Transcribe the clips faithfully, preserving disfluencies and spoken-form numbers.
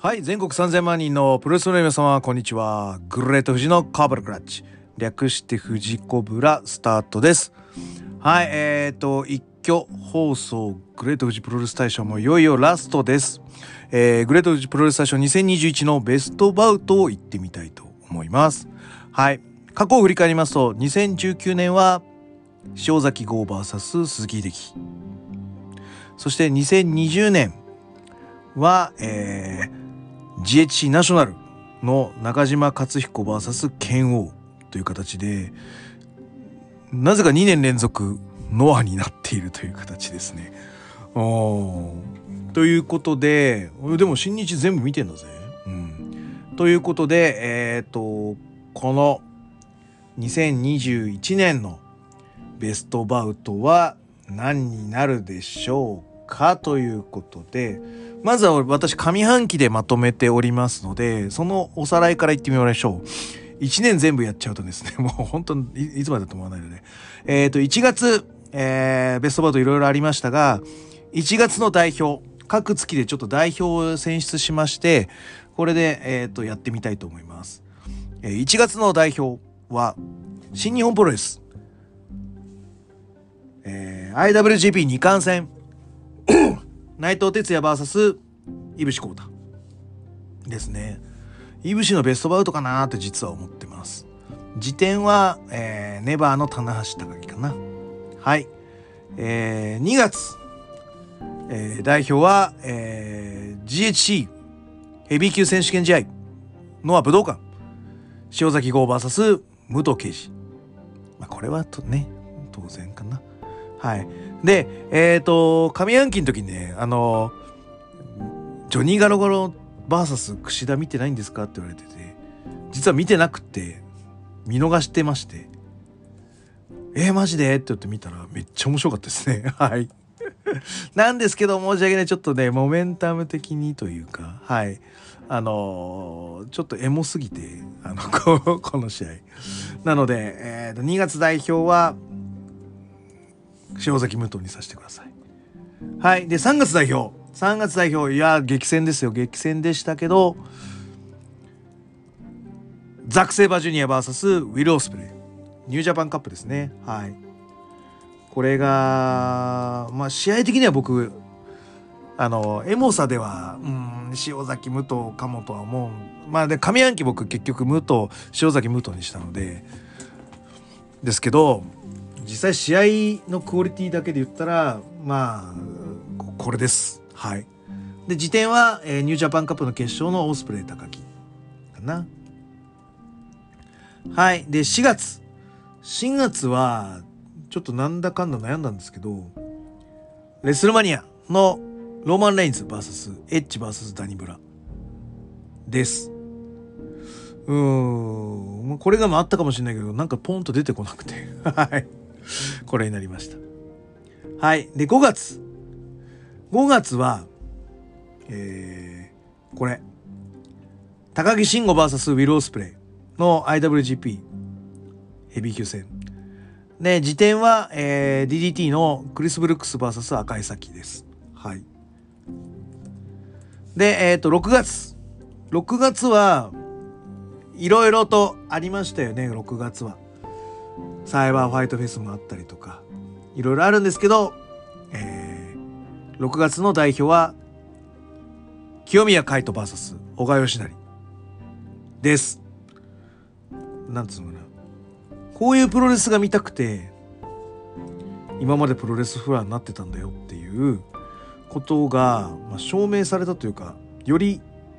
はい、全国さんぜんまん人のプロレスの皆様こんにちは。グレート富士のカーブルクラッチ、略して富士コブラスタートです。はい、えーと一挙放送グレート富士プロレス大賞もいよいよラストです。えー、グレート富士プロレス大賞にせんにじゅういちのベストバウトを言ってみたいと思います。はい、過去を振り返りますとにせんじゅうきゅうねんは塩崎豪 ブイエス 鈴木秀樹、そしてにせんにじゅうねんは、えージーエイチシー ナショナルの中島克彦 ブイエス 剣王という形で、なぜかにねん連続ノアになっているという形ですね。おということで、でも新日全部見てんだぜ。うん、ということで、えっとこのにせんにじゅういちねんのベストバウトは何になるでしょうかということで、まずは私上半期でまとめておりますので、そのおさらいからいってみましょう。いちねん全部やっちゃうとですね、もう本当に い, いつまでだと思わないので、えっといちがつ、えー、ベストバウトいろいろありましたが、いちがつの代表、各月でちょっと代表を選出しまして、これで、えー、とやってみたいと思います。いちがつの代表は新日本プロレス、えー、アイダブリュージーピー にかん戦内藤哲也 ブイエス 井伏浩太ですね。井伏のベストバウトかなーって実は思ってます。次点は、えー、ネバーの棚橋貴樹かな。はい、えー、にがつ、えー、代表は、えー、ジーエイチシー ヘビー級選手権試合ノア武道館塩崎豪 ブイエス 武藤敬司、まあ、これはとね当然かな。はい。で、えっと、上半期の時にね、あの、ジョニーガロガロ ブイエス 櫛田見てないんですかって言われてて、実は見てなくて、見逃してまして、えー、マジでって言って見たらめっちゃ面白かったですね。はい。なんですけど、申し訳ない。ちょっとね、モメンタム的にというか、はい。あのー、ちょっとエモすぎて、あの、こ, この試合。なので、えーと、にがつ代表は、塩崎武藤にさせてください。はい。で、さんがつ代表。さんがつ代表。いや、激戦ですよ。激戦でしたけど、ザック・セイバージュニア ブイエス ウィル・オスプレイ。ニュージャパンカップですね。はい。これが、まあ、試合的には僕、あの、エモさでは、うん、塩崎武藤かもとは思う。まあ、で、上半期僕結局武藤、塩崎武藤にしたので、ですけど、実際試合のクオリティだけで言ったらまあこれです。はい。で次点は、えー、ニュージャパンカップの決勝のオスプレイ高木かな。はい。でしがつしがつはちょっとなんだかんだ悩んだんですけど、レスルマニアのローマン・レインズ ブイエス エッジ ブイエス ダニブラです。うーんこれがもあったかもしれないけど、なんかポンと出てこなくてはいこれになりました。はい。で、ごがつ。ごがつは、えー、これ。高木慎吾 ブイエス ウィル・オスプレイの アイダブリュージーピー ヘビー級戦。で、次点は、えー、ディーディーティー のクリス・ブルックス ブイエス 赤井咲です。はい。で、えっと、ろくがつ。ろくがつは、いろいろとありましたよね、ろくがつは。サイバーファイトフェスもあったりとかいろいろあるんですけど、えー、ろくがつの代表は清宮海斗 ブイエス 小川義成です。なんつうのかな、こういうプロレスが見たくて今までプロレスファンになってたんだよっていうことが、まあ、証明されたというか、より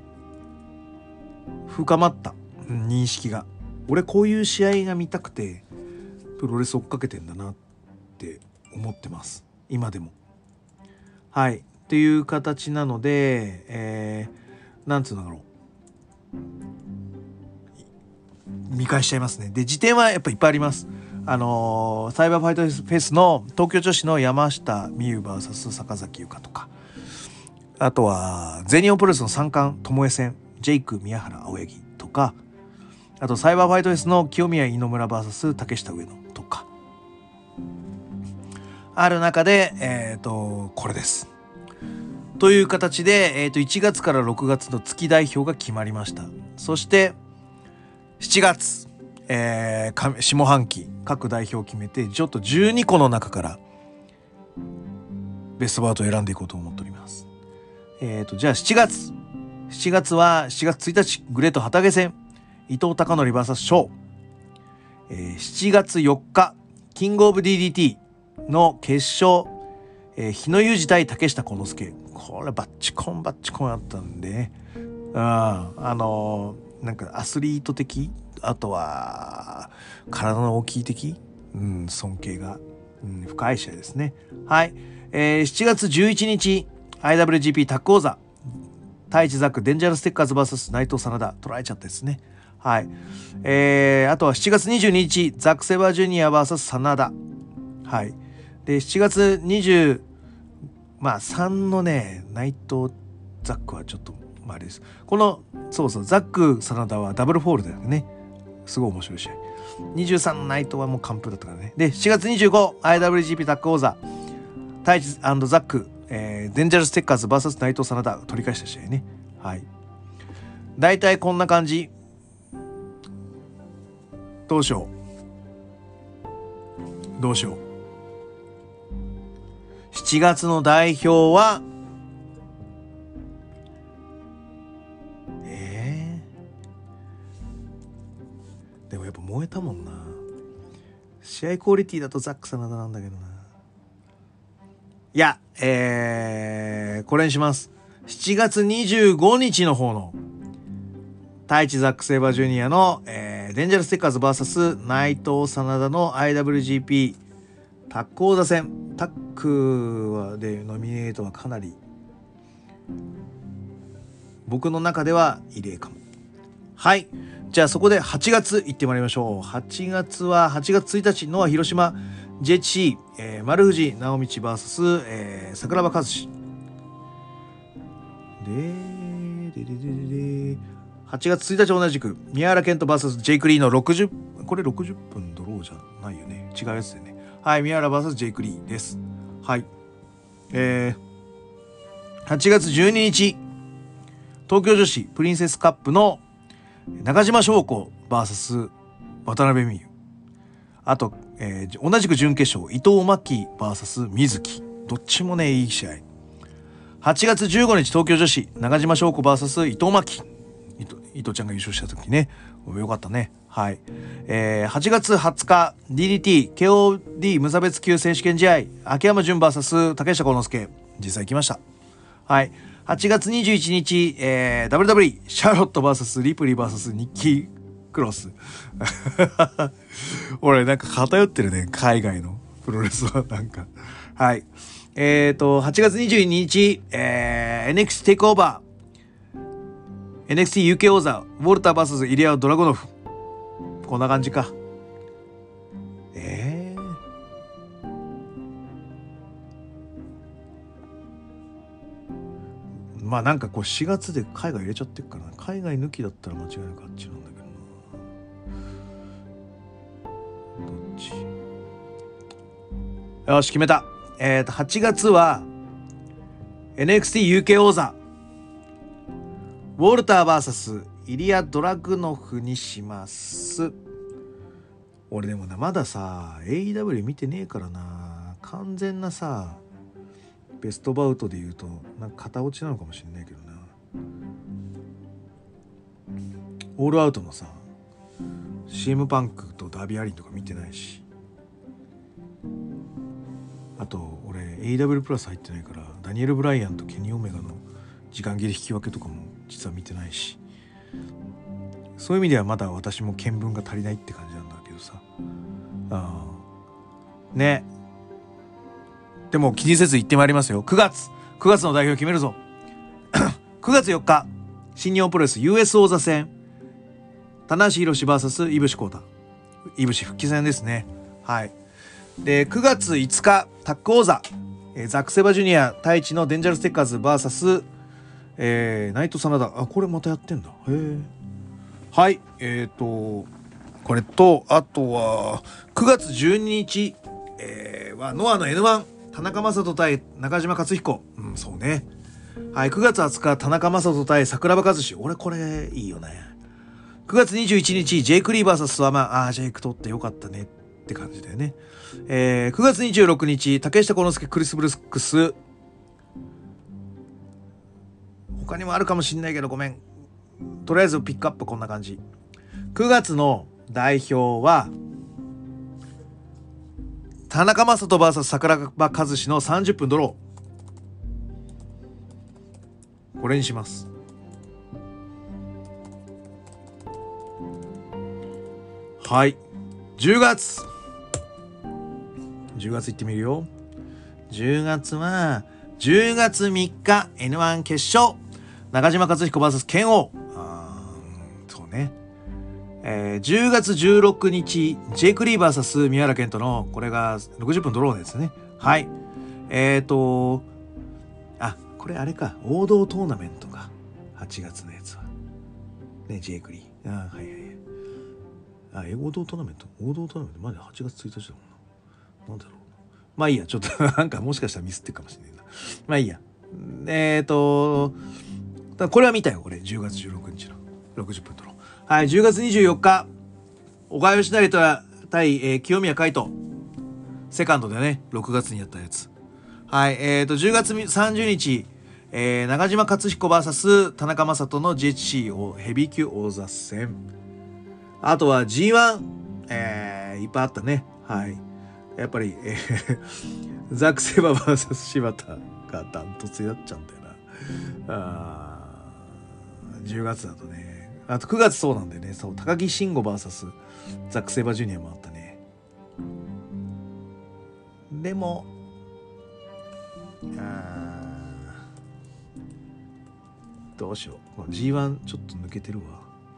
深まった認識が、俺こういう試合が見たくてプロレス追っかけてんだなって思ってます今でも。はいっていう形なので、えー、なんつうんだろう、見返しちゃいますね。で次点はやっぱいっぱいあります。あのー、サイバーファイトフェスの東京女子の山下美夢 ブイエス 坂崎優香とか、あとは全日本プロレスの三冠巴戦ジェイク宮原青柳とか、あとサイバーファイトフェスの清宮猪村 ブイエス 竹下上野とかある中で、えっとこれです。 という形で、えーと、いちがつからろくがつの月代表が決まりました。そして、しちがつ、えー、下半期、各代表を決めて、ちょっとじゅうにこの中から、ベストバウトを選んでいこうと思っております。えーと、じゃあしちがつ。しちがつは、しちがつついたち、グレート旗揚げ戦、伊藤孝則 ブイエス ショー。えー、しちがつよっか、キングオブ ディーディーティー の決勝、えー、日野裕二対竹下幸之助。これバッチコンバッチコンあったんで、うん、あのー、なんかアスリート的、あとは体の大きい的、うん、尊敬が、うん、深い試合ですね。はい、えー、しちがつじゅういちにち アイダブリュージーピー タッグ王座太一ザックデンジャラステッカーズ ブイエス 内藤真田取られちゃったですね。はい、えー、あとはしちがつにじゅうににちザック・セバージュニア ブイエス 真田。はい。で、しちがつにじゅう、まあさんのね、内藤ザックはちょっと、まああれです。この、そうそう、ザック・真田はダブルフォールだよね。すごい面白い試合。にじゅうさんの内藤はもう完封だったからね。で、しちがつにじゅうご、アイダブリュージーピー タッグ王座、太一&ザック、えー、デンジャラステッカーズ ブイエス 内藤真田取り返した試合ね。はい。大体こんな感じ。どうしよう。どうしよう。しちがつの代表は、えー、でもやっぱ燃えたもんな。試合クオリティだとザック真田なんだけどな。いや、えー、これにします。しちがつにじゅうごにちの方の太一ザック・セイバージュニアの、えー、デンジャラステッカーズ ブイエス 内藤真田の アイダブリュージーピー タッグ王座戦。タッグはでノミネートはかなり僕の中では異例かも。はい。じゃあそこではちがつ行ってまいりましょう。はちがつははちがつついたちノア広島 ジェイエイチシー、えー、丸藤直道 ブイエス、えー、桜庭和志ででででではちがつついたち同じく宮原健人 ブイエス ジェイクリーのろくじゅう、これろくじゅっぷんドローじゃないよね。違うやつだよね。はい、宮原 ブイエス ジェイクリーです。はい。えー、はちがつじゅうににち東京女子プリンセスカップの中島翔子 ブイエス 渡辺美優。あと、えー、同じく準決勝伊藤真希 ブイエス 水木。どっちもねいい試合。はちがつじゅうごにち東京女子中島翔子 ブイエス 伊藤真希。伊藤、伊藤ちゃんが優勝した時ね。よかったね。はい。えー、はちがつはつか ディーディーティー ケーオーディー 無差別級選手権試合秋山純 ブイエス 竹下幸之助。実際行きました。はい。はちがつにじゅういちにち、えー、ダブリューダブリュー シャーロット ブイエス リプリー ブイエス ニッキークロス。俺なんか偏ってるね。海外のプロレスはなんか。はい。えーと、はちがつにじゅうににち、えー、エヌエックスティー テイクオーバー。エヌエックスティー ユーケー 王座、ウォルター ブイエス イリア・ドラゴノフ。こんな感じか。えー。まあなんかこうしがつで海外入れちゃってるからな。海外抜きだったら間違いなくあっちなんだけどな。どっち？よし、決めた。えーと、はちがつは エヌエックスティー ユーケー 王座ウォルター ブイエス イリア・ドラグノフにします。俺でもなまださ エーイーダブリュー 見てねえからな。完全なさベストバウトで言うとなんか片落ちなのかもしれないけどな。オールアウトのさ シーエム パンクとダービーアリンとか見てないし、あと俺 エーイーダブリュー プラス入ってないからダニエル・ブライアンとケニー・オメガの時間切れ引き分けとかも実は見てないし、そういう意味ではまだ私も見聞が足りないって感じなんだけどさ。ああね。でも気にせず行ってまいりますよ。くがつくがつの代表決めるぞ。くがつよっか新日本プロレス ユーエス 王座戦棚橋宏 ブイエス 井伏浩太。井伏復帰戦ですね。はい。でくがついつかタッグ王座、えー、ザック・セバジュニア太一のデンジャラステッカーズ ブイエス、えー、内藤真田。あ、これまたやってんだ。へえ。はい。えっとこれとあとはくがつじゅうににち、えー、はノアの エヌワン 田中将人対中島克彦。うん、そうね。 はい、くがつはつか、田中将人対桜庭和志。俺これいいよね。くがつにじゅういちにち、ジェイク・リー ブイエス スワマン。ああ、ジェイク取ってよかったねって感じだよね。えー、くがつにじゅうろくにち、竹下幸之助、クリス・ブルックス。他にもあるかもしんないけどごめん。とりあえずピックアップこんな感じ。くがつの代表は、田中将人 ブイエス 桜庭和志のさんじゅっぷんドロー。これにします。はい。じゅうがつ。じゅうがついってみるよ。じゅうがつは、じゅうがつみっか エヌワン 決勝。中島克彦 ブイエス 剣王。あー、そうね。えー、じゅうがつじゅうろくにち、ジェイク・リー ブイエス 宮原健人の、これがろくじゅっぷんドローですね。はい。えーと、あ、これあれか。王道トーナメントか。はちがつのやつは。ね、ジェイク・リー。あ、はいはいはい。あ、え、王道トーナメント王道トーナメントまだはちがつついたちだもんな。なんだろう。まあいいや。ちょっとなんかもしかしたらミスってるかもしれないな。まあいいや。えーと、これは見たよ。これ。じゅうがつじゅうろくにちのろくじゅっぷんドロー。はい。じゅうがつにじゅうよっか。岡吉成対、えー、清宮海斗。セカンドでね。ろくがつにやったやつ。はい。えーと、じゅうがつさんじゅうにち。えー、中島克彦 ブイエス 田中将人の ジェイエイチシー をヘビー級王座戦。あとは ジーワン。えー、いっぱいあったね。はい。やっぱり、えー、ザック・セイバー ブイエス 柴田がダントツになっちゃうんだよな。あー、じゅうがつだとね。あとくがつそうなんだよね。そう、高木慎吾 ブイエス ザック・セイバージュニアもあったね。でも、あー、どうしよう。ジーワン ちょっと抜けてるわ。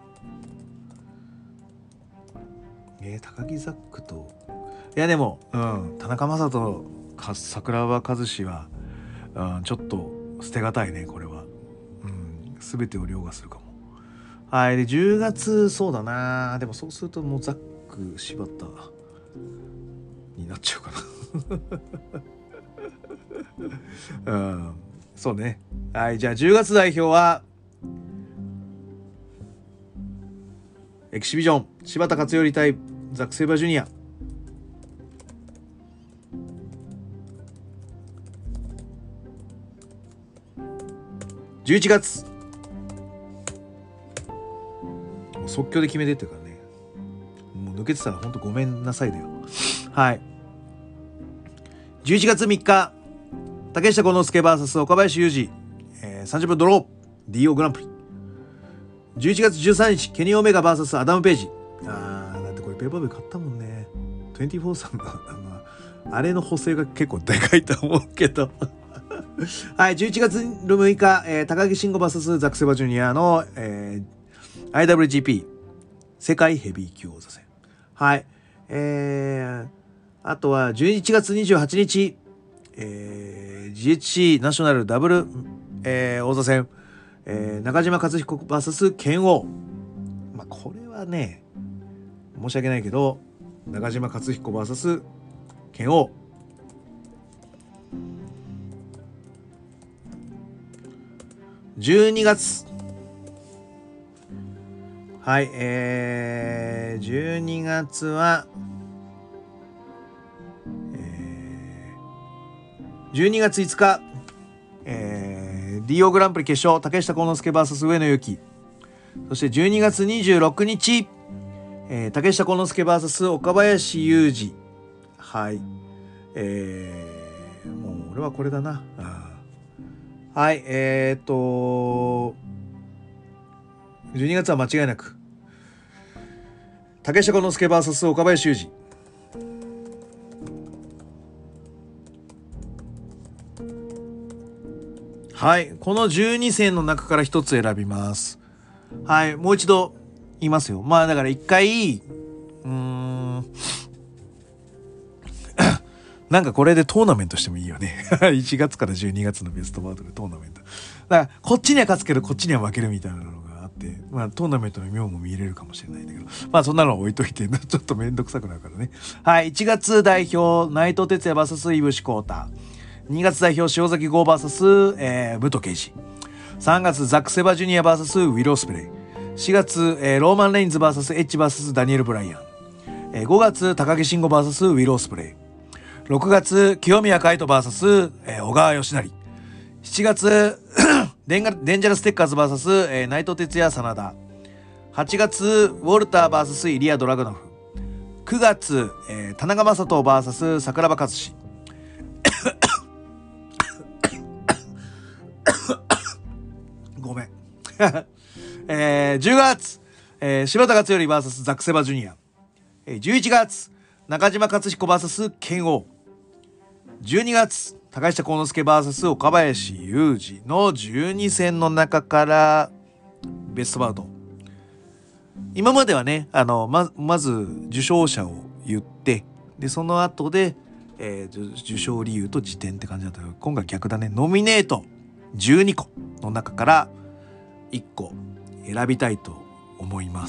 えー、高木ザックと、いやでも、うん、田中将人、桜庭和志は、うん、ちょっと捨てがたいね、これは。うん、全てを凌駕するかも。はい、で、じゅうがつ、そうだな。でもそうするともうザック、柴田になっちゃうかな。うん、そうね。はい、じゃあじゅうがつ代表は、エキシビジョン、柴田勝頼対ザック・セイバージュニア。じゅういちがつ。もう即興で決めてってるからね。もう抜けてたらほんとごめんなさいだよ。はい。じゅういちがつみっか、竹下幸之助 ブイエス 岡林雄二、えー、さんじゅっぷんドロー ディーオー グランプリ。じゅういちがつじゅうさんにち、ケニー・オメガ ブイエス アダム・ページ。あー、だってこれペーパービュー買ったもんね。にじゅうよんさんの、あの、あれの補正が結構でかいと思うけど。はい、じゅういちがつむいか、えー、高木慎吾 ブイエス ザック・セイバージュニアの、えー、アイダブリュージーピー 世界ヘビー級王座戦。はい。えー、あとはじゅういちがつにじゅうはちにち、えー、ジーエイチシー ナショナルダブル、えー、王座戦、えー、中島克彦 ブイエス 剣王。まあ、これはね、申し訳ないけど、中島克彦 ブイエス 剣王。じゅうにがつ。はい、えー、じゅうにがつは、えー、じゅうにがついつか、えー、ディーオー グランプリ決勝、竹下幸之助 ブイエス 上野由岐。そしてじゅうにがつにじゅうろくにち、えー、竹下幸之助 ブイエス 岡林雄二。はい。えー、もう俺はこれだな。あはい、えー、っと、じゅうにがつは間違いなく、竹下幸之助 ブイエス 岡林雄二。はい、このじゅうにせんの中から一つ選びます。はい、もう一度言いますよ。まあだから一回、うーん、なんかこれでトーナメントしてもいいよね。いちがつからじゅうにがつのベストバトルトーナメント。だからこっちには勝つけどこっちには負けるみたいなのがあって、まあトーナメントの妙も見れるかもしれないんだけど、まあそんなのは置いといて、ちょっとめんどくさくなるからね。はい、いちがつ代表、内藤哲也 ブイエス 井伏浩太。 にがつ代表塩崎豪 ブイエス、えー、武藤敬司。さんがつザック・セバジュニア ブイエス ウィロー・スプレイ。しがつ、えー、ローマン・レインズ ブイエス エッジ ブイエス ダニエル・ブライアン。えー、ごがつ高木慎吾 ブイエス ウィロー・スプレイ。ろくがつ清宮海斗 ブイエス、えー、小川義成。しちがつデンガデンジャラステッカーズ ブイエス、えー、内藤哲也真田。はちがつウォルター ブイエス イリア・ドラグノフ。くがつ、えー、田中将人 ブイエス 桜庭和志。ごめん、えー、じゅうがつ、えー、柴田勝頼 ブイエス ザック・セバジュニア。えー、じゅういちがつ中島克彦 ブイエス 剣王。じゅうにがつ高下幸之助 ブイエス 岡林雄二のじゅうにせんの中からベストバウト。今まではね、あの、ま、まず受賞者を言って、で、その後で、えー、受賞理由と辞典って感じだったけど、今回逆だね。ノミネートじゅうにこの中からいっこ選びたいと思います。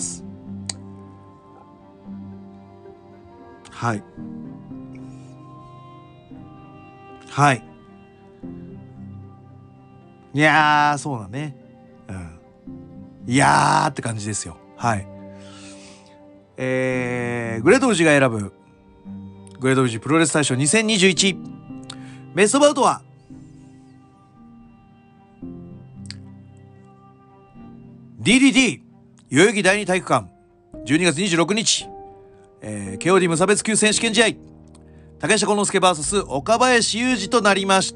はい。はい。いやー、そうだね。うん。いやーって感じですよ。はい。えー、グレート富士が選ぶ、グレート富士プロレス大賞にせんにじゅういち。ベストバウトは、ディーディーディー、代々木第二体育館、じゅうにがつにじゅうろくにち、えー、ケーオーディー 無差別級選手権試合、竹下幸之助 ブイエス 岡林雄二となりました。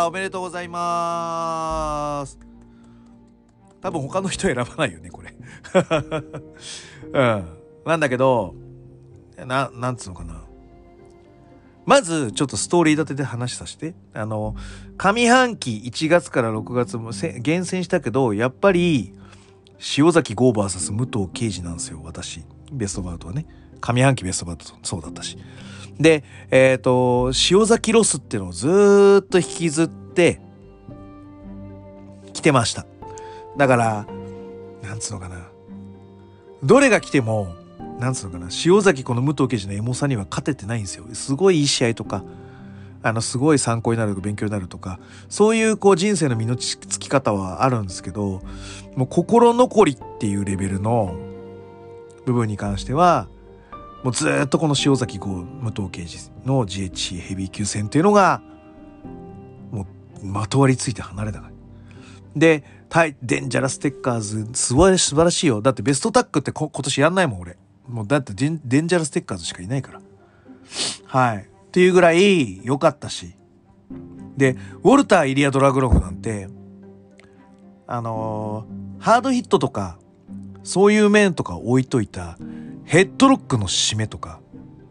おめでとうございます。多分他の人選ばないよね、これ。うん。なんだけど、な、なんつうのかな。まず、ちょっとストーリー立てで話させて。あの、上半期いちがつからろくがつも厳選したけど、やっぱり、塩崎豪 ブイエス 武藤敬司なんですよ、私。ベストバウトはね。上半期ベストバウトそうだったし。で、えっと、塩崎ロスっていうのをずーっと引きずって来てました。だから、なんつうのかな。どれが来ても、なんつうのかな。塩崎この武藤敬司のエモさには勝ててないんですよ。すごいいい試合とか、あの、すごい参考になるとか勉強になるとか、そういうこう人生の身のつき方はあるんですけど、もう心残りっていうレベルの部分に関しては、もうずーっとこの塩崎豪武藤敬司の ジーエイチシー ヘビー級戦っていうのがもうまとわりついて離れなかった。で、デンジャラステッカーズすごい素晴らしいよ。だってベストタックってこ今年やんないもん俺。もうだってデン、デンジャラステッカーズしかいないから。はい。っていうぐらい良かったし。で、ウォルター・イリア・ドラグロフなんてあのー、ハードヒットとかそういう面とか置いといたヘッドロックの締めとか、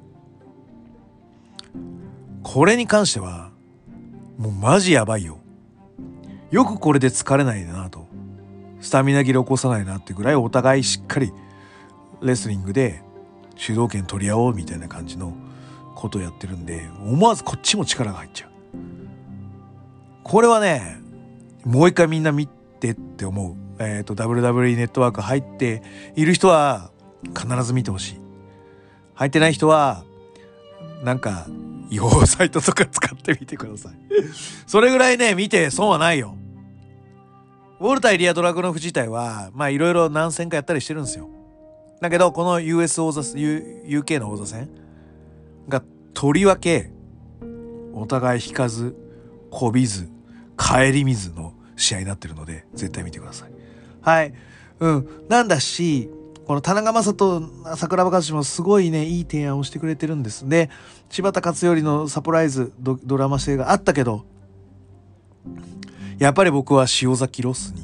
これに関してはもうマジやばいよ。よくこれで疲れないなと、スタミナ切れ起こさないなってぐらいお互いしっかりレスリングで主導権取り合おうみたいな感じのことをやってるんで、思わずこっちも力が入っちゃう。これはね、もう一回みんな見てって思う。えっと ダブリューダブリューイー ネットワーク入っている人は必ず見てほしい。入ってない人はなんか違法サイトとか使ってみてください。それぐらいね、見て損はないよ。ウォルター・イリア・ドラグノフ自体はまあいろいろ何戦かやったりしてるんですよ。だけどこの ユーエス 王座 ユーケー の王座戦がとりわけお互い引かずこびず顧みずの試合になってるので絶対見てください。はい。うん。なんだし、この田中将人、桜庭和志もすごいね、いい提案をしてくれてるんです。で、柴田勝頼のサプライズ ド, ドラマ性があったけど、やっぱり僕は塩崎ロスに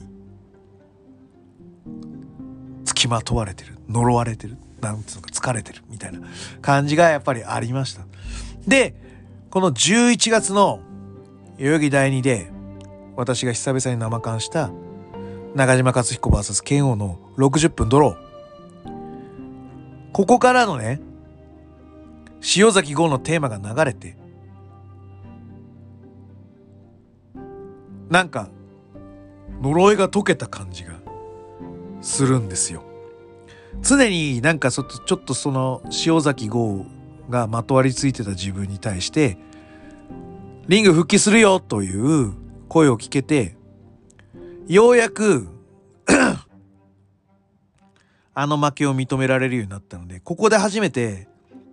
付きまとわれてる、呪われてる、なんつうのか疲れてるみたいな感じがやっぱりありました。で、このじゅういちがつの代々木第二で私が久々に生観した中島克彦 ブイエス 剣王のろくじゅっぷんドロー。ここからのね、塩崎豪のテーマが流れて、なんか呪いが解けた感じがするんですよ。常になんかちょっとちょっとその塩崎豪がまとわりついてた自分に対してリング復帰するよという声を聞けて、ようやくあの負けを認められるようになったので、ここで初めて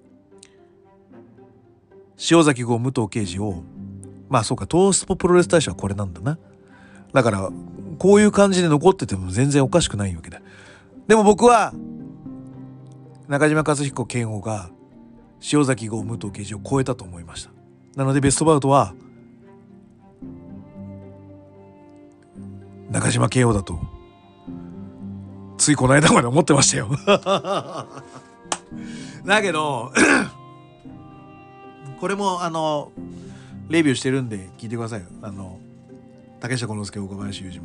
塩崎号武藤敬司を、まあそうか、東スポプロレス大賞はこれなんだな。だからこういう感じで残ってても全然おかしくないわけだ。でも僕は中島克彦拳王が塩崎号武藤敬司を超えたと思いました。なのでベストバウトは中島慶応だとついこの間まで思ってましたよだけどこれもあのレビューしてるんで聞いてくださいよ。あの竹下幸之助、岡林雄二も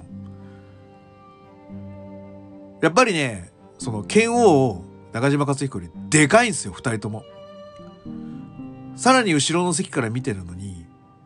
やっぱりね、その剣王を中島克彦よりでかいんですよ、二人とも。さらに後ろの席から見てるのに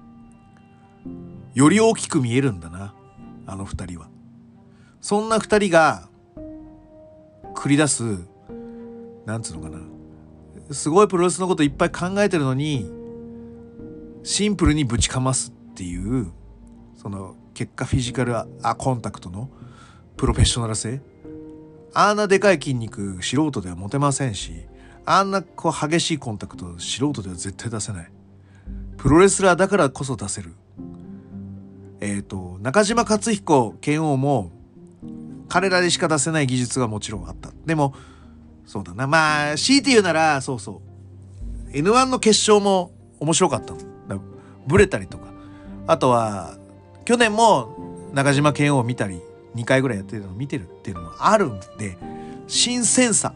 より大きく見えるんだな、あの二人は。そんな二人が繰り出す、なんつうのかな、すごいプロレスのこといっぱい考えてるのにシンプルにぶちかますっていう、その結果フィジカルアコンタクトのプロフェッショナル性。あんなでかい筋肉素人では持てませんし、あんなこう激しいコンタクト素人では絶対出せない。プロレスラーだからこそ出せる。えっと中島克彦拳王も彼らでしか出せない技術がもちろんあった。でもそうだな、まあ強いて言うなら、そうそう エヌワン の決勝も面白かったの。だブレたりとか、あとは去年も中島拳王を見たりにかいぐらいやってるのを見てるっていうのもあるんで、新鮮さ、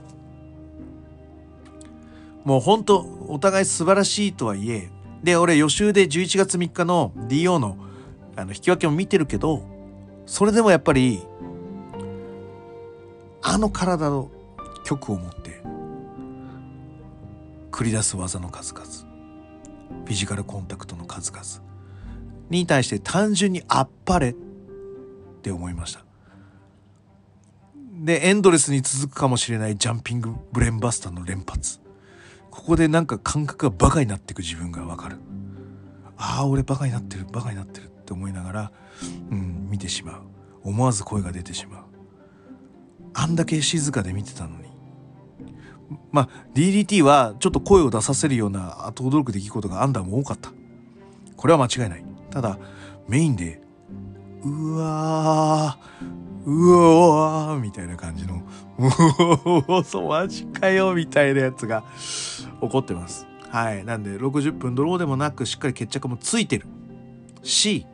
もうほんとお互い素晴らしいとはいえ、で俺予習でじゅういちがつみっかの ディーオー のあの引き分けも見てるけど、それでもやっぱりあの体の極を持って繰り出す技の数々、フィジカルコンタクトの数々に対して単純にあっぱれって思いました。でエンドレスに続くかもしれないジャンピングブレーンバスターの連発、ここでなんか感覚がバカになっていく自分がわかる。ああ俺バカになってるバカになってるって思いながら、うん、見てしまう。思わず声が出てしまう。あんだけ静かで見てたのに。まあ ディーディーティー はちょっと声を出させるような後驚く出来事がアンダーも多かった。これは間違いない。ただメインでうわーうわーみたいな感じのもうそうマジかよみたいなやつが起こってます。はい。なんでろくじゅっぷんドローでもなくしっかり決着もついてるし、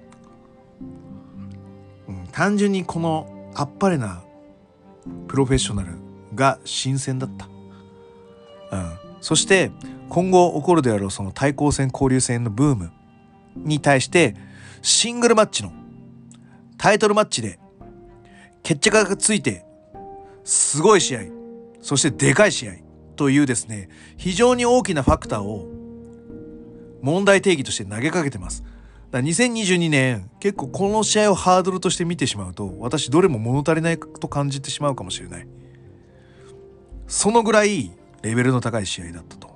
うん、単純にこのあっぱれなプロフェッショナルが新鮮だった。うん、そして今後起こるであろうその対抗戦交流戦のブームに対してシングルマッチのタイトルマッチで決着がついてすごい試合、そしてでかい試合というですね、非常に大きなファクターを問題定義として投げかけてます。だからにせんにじゅうにねん結構この試合をハードルとして見てしまうと、私どれも物足りないと感じてしまうかもしれない。そのぐらいレベルの高い試合だったと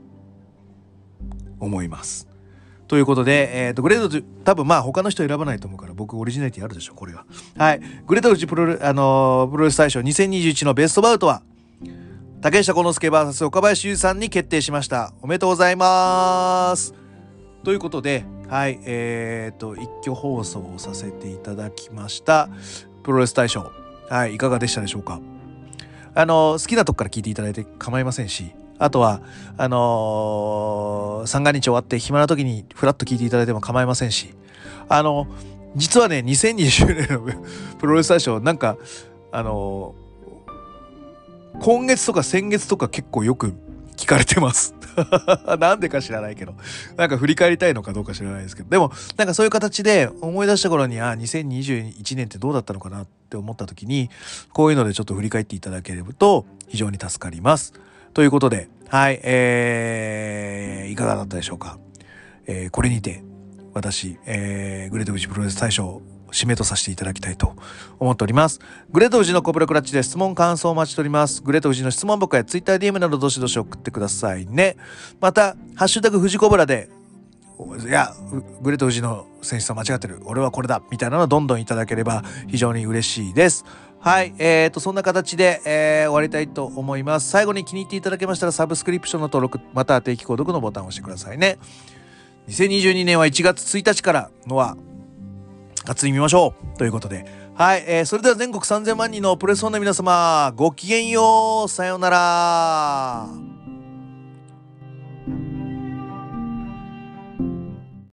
思います。ということで、えーと、グレートフジ、多分まあ他の人選ばないと思うから僕オリジナリティあるでしょこれが。はい。グレートフジプロレ、あのー、プロレス大賞にせんにじゅういちのベストバウトは竹下幸之助 ブイエス 岡林雄二さんに決定しました。おめでとうございます。ということで、はい、えーと一挙放送をさせていただきましたプロレス大賞、はい、いかがでしたでしょうか。あのー、好きなとこから聞いていただいて構いませんし、あとはあのー、三が日終わって暇な時にフラッと聞いていただいても構いませんし、あの実はねにせんにじゅうねんのプロレス大賞なんかあのー、今月とか先月とか結構よく聞かれてますなんでか知らないけど、なんか振り返りたいのかどうか知らないですけど、でもなんかそういう形で思い出した頃に、あにせんにじゅういちねんってどうだったのかなって思った時に、こういうのでちょっと振り返っていただければと非常に助かります。ということで、はい、えー、いかがだったでしょうか。えー、これにて私、えー、グレートフジプロレス大賞を締めとさせていただきたいと思っております。グレートフジのコブラクラッチで質問感想をお待ちしております。グレートフジの質問箱やツイッター ディーエム などどしどし送ってくださいね。またハッシュタグフジコブラでいやグレート富士の選手さん間違ってる、俺はこれだみたいなのをどんどんいただければ非常に嬉しいです。はい、えーとそんな形で、えー終わりたいと思います。最後に気に入っていただけましたらサブスクリプションの登録または定期購読のボタンを押してくださいね。にせんにじゅうにねんはいちがつついたちからのはがっつり見ましょうということで、はい、えーそれでは全国さんぜんまんにんのプロレスファンの皆様ごきげんよう、さようなら。